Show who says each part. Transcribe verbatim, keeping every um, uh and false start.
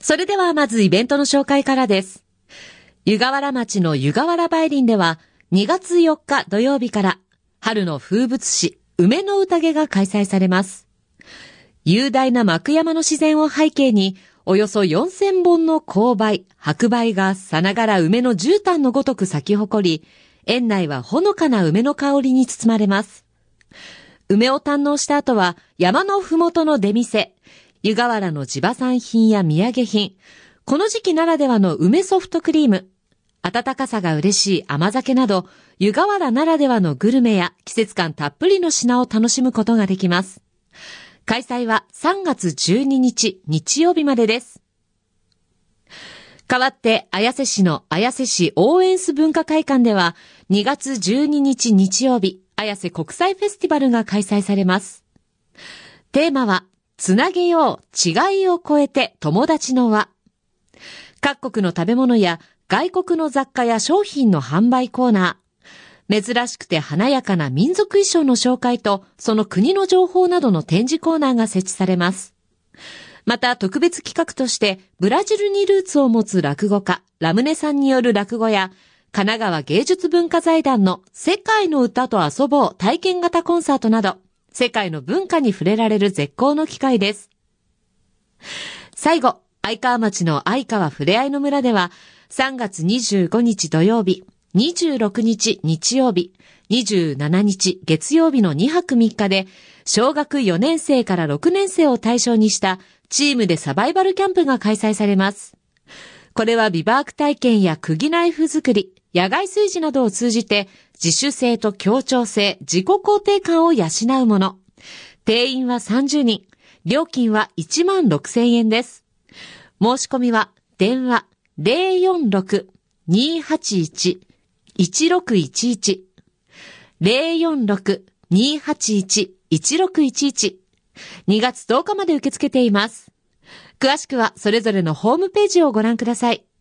Speaker 1: それではまずイベントの紹介からです。湯河原町の湯河原梅林ではにがつよっか土曜日から春の風物詩梅の宴が開催されます。雄大な幕山の自然を背景におよそよんせんぼんの紅梅、白梅がさながら梅の絨毯のごとく咲き誇り、園内はほのかな梅の香りに包まれます。梅を堪能した後は山のふもとの出店、湯河原の地場産品や土産品、この時期ならではの梅ソフトクリーム、温かさが嬉しい甘酒など、湯河原ならではのグルメや季節感たっぷりの品を楽しむことができます。開催はさんがつじゅうににち日曜日までです。代わって綾瀬市の綾瀬市応援ス文化会館ではにがつじゅうににち日曜日、綾瀬国際フェスティバルが開催されます。テーマはつなげよう違いを超えて友達の輪。各国の食べ物や外国の雑貨や商品の販売コーナー、珍しくて華やかな民族衣装の紹介とその国の情報などの展示コーナーが設置されます。また特別企画としてブラジルにルーツを持つ落語家ラムネさんによる落語や神奈川芸術文化財団の世界の歌と遊ぼう体験型コンサートなど世界の文化に触れられる絶好の機会です。最後、愛川町の愛川ふれあいの村ではさんがつにじゅうごにち土曜日、にじゅうろくにち日曜日、にじゅうしちにち月曜日のにはくみっかで小学よねんせいからろくねんせいを対象にしたチームでサバイバルキャンプが開催されます。これはビバーク体験や釘ナイフ作り、野外炊事などを通じて自主性と協調性、自己肯定感を養うもの。定員はさんじゅうにん、料金はいちまんろくせんえんです。申し込みは電話 ゼロよんろく にーはちいち いちろくいちいち ゼロよんろく にーはちいち いちろくいちいち にがつとおかまで受け付けています。詳しくはそれぞれのホームページをご覧ください。